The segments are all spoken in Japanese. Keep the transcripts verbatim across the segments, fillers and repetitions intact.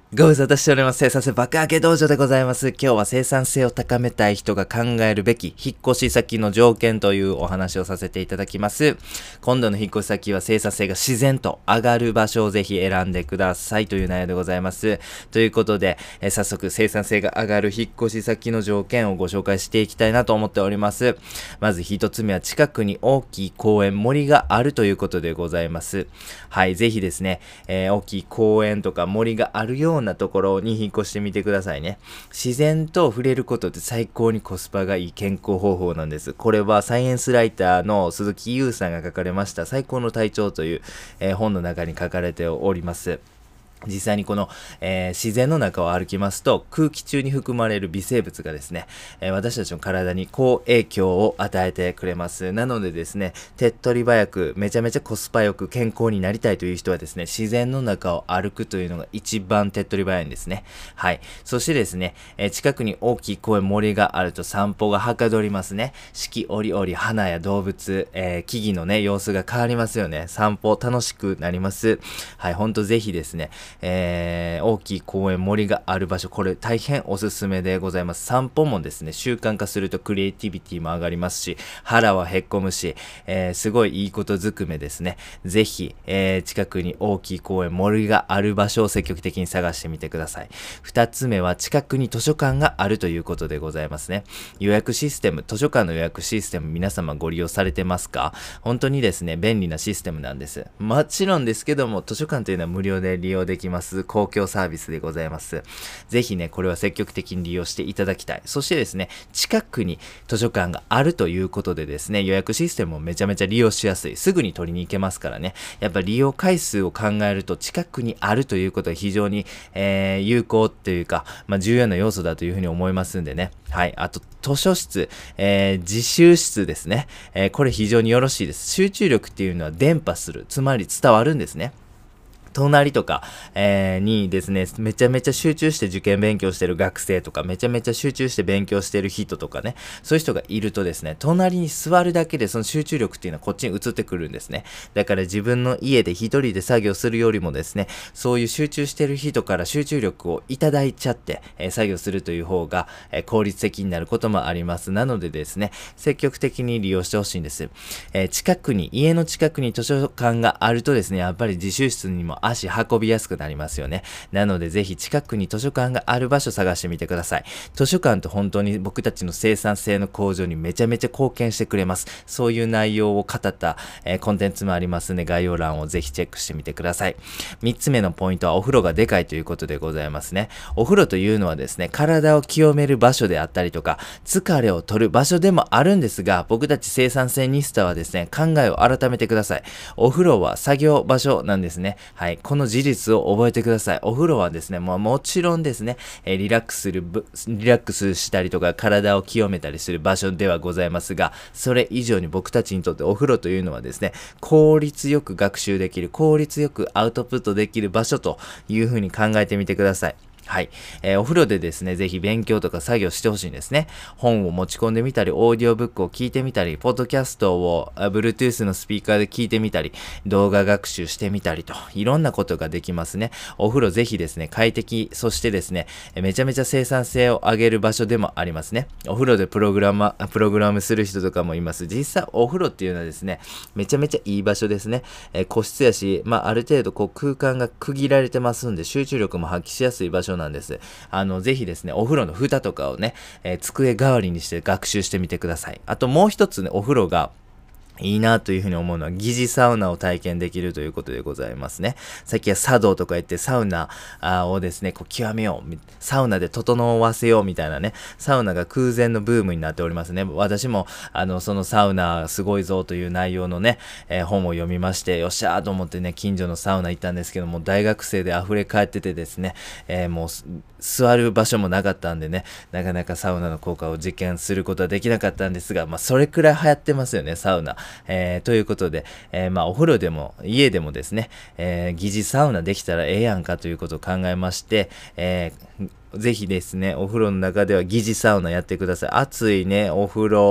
ご無沙汰しております。生産性爆上げ道場でございます。今日は生産性を高めたい人が考えるべき引っ越し先の条件というお話をさせていただきます。今度の引っ越し先は生産性が自然と上がる場所をぜひ選んでくださいという内容でございます。ということで、えー、早速生産性が上がる引っ越し先の条件をご紹介していきたいなと思っております。まず一つ目は近くに大きい公園、森があるということでございます。はい、ぜひですね、えー、大きい公園とか森があるようなところに引っ越してみてくださいね。自然と触れることって最高にコスパがいい健康方法なんです。これはサイエンスライターの鈴木優さんが書かれました最高の体調という、えー、本の中に書かれております。実際にこの、えー、自然の中を歩きますと空気中に含まれる微生物がですね、えー、私たちの体に好影響を与えてくれます。なのでですね、手っ取り早くめちゃめちゃコスパよく健康になりたいという人はですね、自然の中を歩くというのが一番手っ取り早いんですね。はい。そしてですね、えー、近くに大きい公園森があると散歩がはかどりますね。四季折々花や動物、えー、木々のね様子が変わりますよね。散歩楽しくなります。はい。ほんとぜひですね、えー、大きい公園森がある場所、これ大変おすすめでございます。散歩もですね習慣化するとクリエイティビティも上がりますし、腹はへっこむし、えー、すごいいいことずくめですね。ぜひ、えー、近くに大きい公園森がある場所を積極的に探してみてください。二つ目は近くに図書館があるということでございますね。予約システム、図書館の予約システム皆様ご利用されてますか？本当にですね便利なシステムなんです。もちろんですけども図書館というのは無料で利用できます公共サービスでございます。ぜひねこれは積極的に利用していただきたい。そしてですね近くに図書館があるということでですね予約システムもめちゃめちゃ利用しやすい、すぐに取りに行けますからね。やっぱり利用回数を考えると近くにあるということは非常に、えー、有効というか、まあ、重要な要素だというふうに思いますんでね。はい。あと図書室、えー、自習室ですね、えー、これ非常によろしいです。集中力っていうのは伝播する、つまり伝わるんですね。隣とか、えー、にですね、めちゃめちゃ集中して受験勉強してる学生とか、めちゃめちゃ集中して勉強してる人とかね、そういう人がいるとですね、隣に座るだけでその集中力っていうのはこっちに移ってくるんですね。だから自分の家で一人で作業するよりもですね、そういう集中してる人から集中力をいただいちゃって、えー、作業するという方が、えー、効率的になることもあります。なのでですね、積極的に利用してほしいんです。えー、近くに、家の近くに図書館があるとですね、やっぱり自習室にも足運びやすくなりますよね。なのでぜひ近くに図書館がある場所探してみてください。図書館と本当に僕たちの生産性の向上にめちゃめちゃ貢献してくれます。そういう内容を語った、えー、コンテンツもありますので概要欄をぜひチェックしてみてください。みっつめのポイントはお風呂がでかいということでございますね。お風呂というのはですね、体を清める場所であったりとか疲れを取る場所でもあるんですが、僕たち生産性ニスタはですね考えを改めてください。お風呂は作業場所なんですね。はい。この事実を覚えてください。お風呂はですね、もうもちろんですね、えー、リラックスする、リラックスしたりとか体を清めたりする場所ではございますが、それ以上に僕たちにとってお風呂というのはですね、効率よく学習できる、効率よくアウトプットできる場所というふうに考えてみてください。はい、えー、お風呂でですね、ぜひ勉強とか作業してほしいんですね。本を持ち込んでみたり、オーディオブックを聞いてみたり、ポッドキャストを Bluetooth のスピーカーで聞いてみたり、動画学習してみたりと、いろんなことができますね。お風呂ぜひですね、快適、そしてですね、めちゃめちゃ生産性を上げる場所でもありますね。お風呂でプログラマ、プログラムする人とかもいます。実際お風呂っていうのはですね、めちゃめちゃいい場所ですね。えー、個室やし、まあある程度こう空間が区切られてますんで、集中力も発揮しやすい場所なんです。あのぜひですねお風呂の蓋とかをね、えー、机代わりにして学習してみてください。あともう一つね、お風呂がいいなというふうに思うのは疑似サウナを体験できるということでございますね。さっきは茶道とか言ってサウナをですねこう極めよう、サウナで整わせようみたいなね、サウナが空前のブームになっておりますね。私もあのそのサウナすごいぞという内容のね、えー、本を読みまして、よっしゃーと思ってね近所のサウナ行ったんですけども、大学生で溢れ返っててですね、えー、もう座る場所もなかったんでね、なかなかサウナの効果を実験することはできなかったんですが、まあそれくらい流行ってますよねサウナ。えー、ということで、えー、まあお風呂でも家でもですね、えー、疑似サウナできたらええやんかということを考えまして、えー、ぜひですねお風呂の中では疑似サウナやってください。暑いねお風呂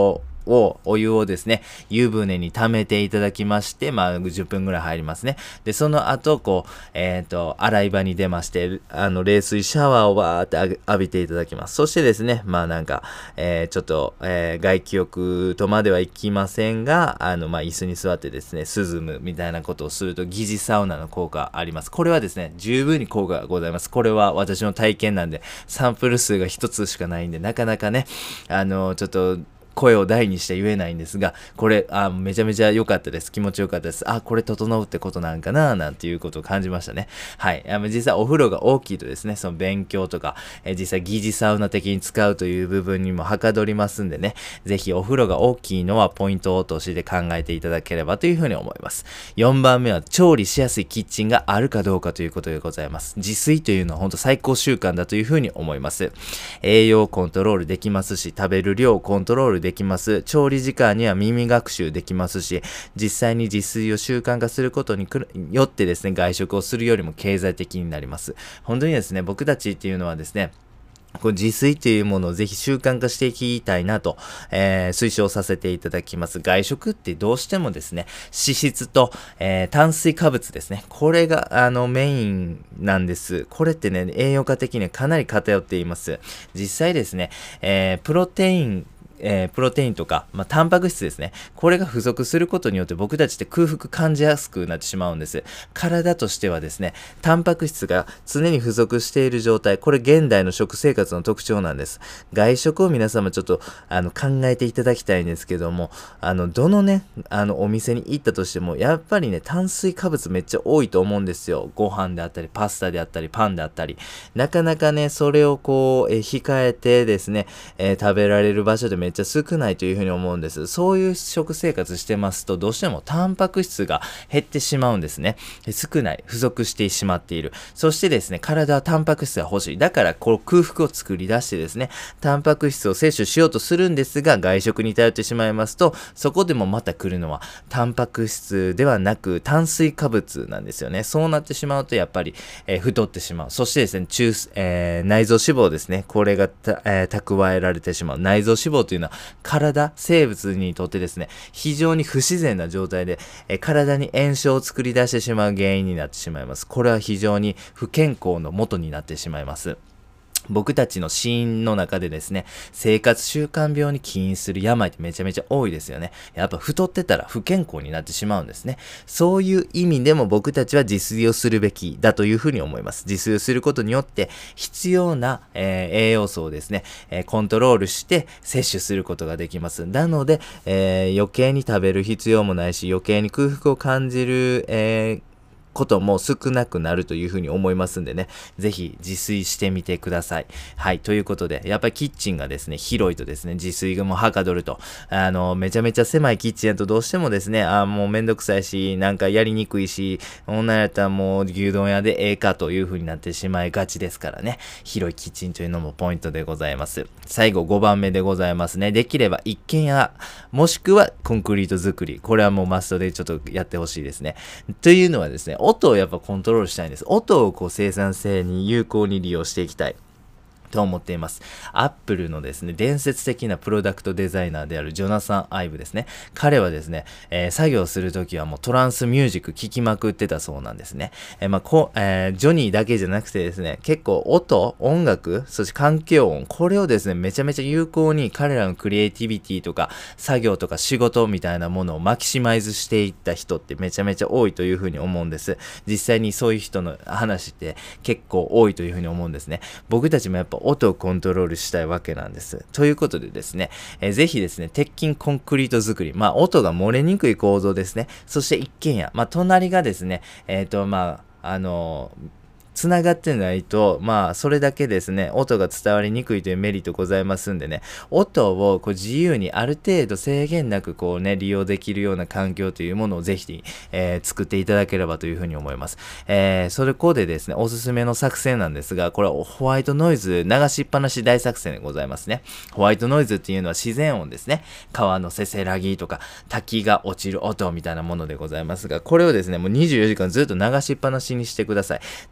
を、お湯をですね、湯船に溜めていただきまして、まあ、じゅっぷんぐらい入りますね。で、その後、こう、えっと、洗い場に出まして、あの、冷水シャワーをわーって浴びていただきます。そしてですね、まあなんか、えー、ちょっと、えー、外気浴とまではいきませんが、あの、まあ、椅子に座ってですね、涼むみたいなことをすると、疑似サウナの効果あります。これはですね、十分に効果がございます。これは私の体験なんで、サンプル数が一つしかないんで、なかなかね、あの、ちょっと、声を大にして言えないんですが、これ、あ、めちゃめちゃ良かったです。気持ちよかったです。あ、これ整うってことなんかな、なんていうことを感じましたね。はい。あの実際お風呂が大きいとですね、その勉強とか、え実際疑似サウナ的に使うという部分にもはかどりますんでね、ぜひお風呂が大きいのはポイントとして考えていただければというふうに思います。よんばんめは調理しやすいキッチンがあるかどうかということでございます。自炊というのは本当最高習慣だというふうに思います。栄養コントロールできますし、食べる量をコントロールできます。調理時間には耳学習できますし、実際に自炊を習慣化することによってですね、外食をするよりも経済的になります。本当にですね、僕たちっていうのはですね、こう自炊というものをぜひ習慣化していきたいなと、えー、推奨させていただきます。外食ってどうしてもですね、脂質と、えー、炭水化物ですね。これがあのメインなんです。これってね、栄養価的にはかなり偏っています。実際ですね、えー、プロテインえー、プロテインとか、まあ、タンパク質ですね。これが不足することによって僕たちって空腹感じやすくなってしまうんです。体としてはですね、タンパク質が常に不足している状態、これ現代の食生活の特徴なんです。外食を皆様ちょっとあの考えていただきたいんですけども、あの、どのね、あの、お店に行ったとしても、やっぱりね、炭水化物めっちゃ多いと思うんですよ。ご飯であったり、パスタであったり、パンであったり。なかなかね、それをこう、え控えてですね、えー、食べられる場所でめっちゃ少ないというふうに思うんです。そういう食生活してますと、どうしてもタンパク質が減ってしまうんですね。少ない、不足してしまっている。そしてですね、体はタンパク質が欲しい。だから、こう空腹を作り出してですね、タンパク質を摂取しようとするんですが、外食に頼ってしまいますと、そこでもまた来るのは、タンパク質ではなく、炭水化物なんですよね。そうなってしまうと、やっぱり、えー、太ってしまう。そしてですね、中、えー、内臓脂肪ですね。これがた、えー、蓄えられてしまう。内臓脂肪というのは、体、生物にとってですね、非常に不自然な状態で、え体に炎症を作り出してしまう原因になってしまいます。これは非常に不健康の元になってしまいます。僕たちの死因の中でですね、生活習慣病に起因する病ってめちゃめちゃ多いですよね。やっぱ太ってたら不健康になってしまうんですね。そういう意味でも僕たちは自炊をするべきだというふうに思います。自炊をすることによって必要な、えー、栄養素をですね、えー、コントロールして摂取することができます。なので、えー、余計に食べる必要もないし、余計に空腹を感じる、えーことも少なくなるというふうに思いますんでね、ぜひ自炊してみてください。はい、ということで、やっぱりキッチンがですね、広いとですね、自炊がもうはかどると、あの、めちゃめちゃ狭いキッチンやとどうしてもですね、あもうめんどくさいし、なんかやりにくいし、女やったらもう牛丼屋でええかというふうになってしまいがちですからね、広いキッチンというのもポイントでございます。最後ごばんめでございますね。できれば一軒家、もしくはコンクリート作り、これはもうマストでちょっとやってほしいですね。というのはですね、音をやっぱコントロールしたいんです。音をこう生産性に有効に利用していきたいと思っています。アップルのですね、伝説的なプロダクトデザイナーであるジョナサン・アイブですね。彼はですね、えー、作業するときはもうトランスミュージック聴きまくってたそうなんですね。えー、まあこえー、ジョニーだけじゃなくてですね、結構音、音楽、そして環境音、これをですね、めちゃめちゃ有効に彼らのクリエイティビティとか作業とか仕事みたいなものをマキシマイズしていった人ってめちゃめちゃ多いというふうに思うんです。実際にそういう人の話って結構多いというふうに思うんですね。僕たちもやっぱ音をコントロールしたいわけなんです。ということでですね、えー、ぜひですね、鉄筋コンクリート作り、まあ音が漏れにくい構造ですね。そして一軒家、まあ隣がですね、えっとまあ、あのー、つながってないと、まあ、それだけですね、音が伝わりにくいというメリットございますんでね、音をこう自由にある程度制限なくこうね、利用できるような環境というものをぜひ、えー、作っていただければというふうに思います。えー、それこでですね、おすすめの作戦なんですが、これはホワイトノイズ流しっぱなし大作戦でございますね。ホワイトノイズっていうのは自然音ですね。川のせせらぎとか、滝が落ちる音みたいなものでございますが、これをですね、もうにじゅうよじかんずっと流しっぱなしにしてください。例えば、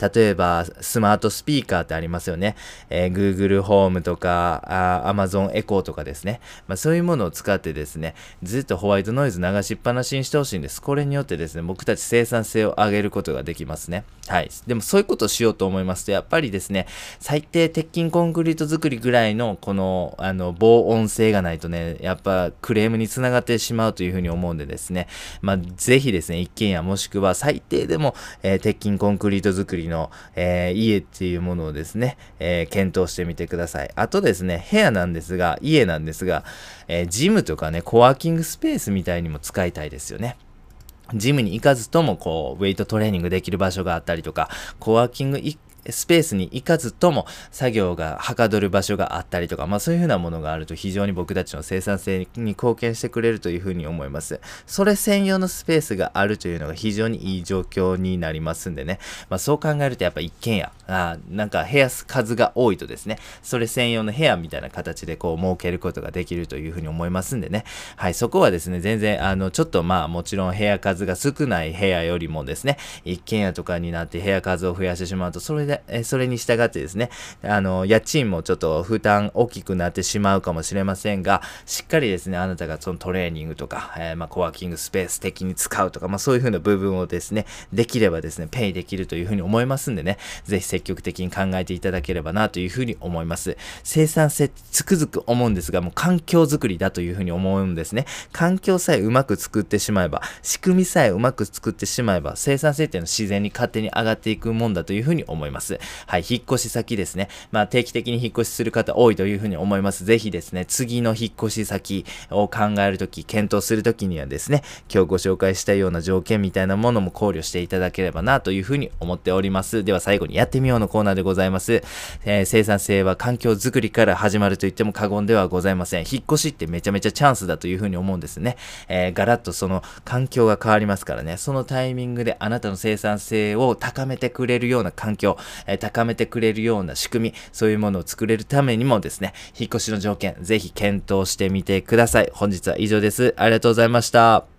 ばスマートスピーカーってありますよね。えー、Google ホームとかあ Amazon エコーとかですね。まあ、そういうものを使ってですね、ずっとホワイトノイズ流しっぱなしにしてほしいんです。これによってですね、僕たち生産性を上げることができますね。はい。でもそういうことをしようと思いますと、やっぱりですね、最低鉄筋コンクリート作りぐらいのこの、あの、防音性がないとね、やっぱクレームにつながってしまうというふうに思うんでですね、まあ、ぜひですね、一軒家もしくは最低でも、えー、鉄筋コンクリート作りの、えー、家っていうものをですね、えー、検討してみてください。あとですね、部屋なんですが、家なんですが、えー、ジムとかね、コワーキングスペースみたいにも使いたいですよね。ジムに行かずとも、こう、ウェイトトレーニングできる場所があったりとか、コワーキングスペースに行かずとも作業がはかどる場所があったりとか、まあそういうふうなものがあると非常に僕たちの生産性に貢献してくれるというふうに思います。それ専用のスペースがあるというのが非常にいい状況になりますんでね。まあそう考えるとやっぱ一軒家、あなんか部屋数が多いとですね、それ専用の部屋みたいな形でこう設けることができるというふうに思いますんでね。はい、そこはですね、全然あのちょっとまあもちろん部屋数が少ない部屋よりもですね、一軒家とかになって部屋数を増やしてしまうと、それでえそれに従ってですね、あの家賃もちょっと負担大きくなってしまうかもしれませんが、しっかりですね、あなたがそのトレーニングとか、えー、まあコワーキングスペース的に使うとか、まあそういう風な部分をですね、できればですね、ペイできるという風に思いますんでね、ぜひ積極的に考えていただければなという風に思います。生産性つくづく思うんですが、もう環境づくりだという風に思うんですね。環境さえうまく作ってしまえば、仕組みさえうまく作ってしまえば、生産性っていうのは自然に勝手に上がっていくもんだという風に思います。はい、引っ越し先ですね。まあ定期的に引っ越しする方多いというふうに思います。ぜひですね、次の引っ越し先を考えるとき、検討するときにはですね、今日ご紹介したような条件みたいなものも考慮していただければなというふうに思っております。では最後にやってみようのコーナーでございます。えー、生産性は環境づくりから始まると言っても過言ではございません。引っ越しってめちゃめちゃチャンスだというふうに思うんですね。えー、ガラッとその環境が変わりますからね、そのタイミングであなたの生産性を高めてくれるような環境、えー、高めてくれるような仕組み、そういうものを作れるためにもですね、引っ越しの条件、ぜひ検討してみてください。本日は以上です。ありがとうございました。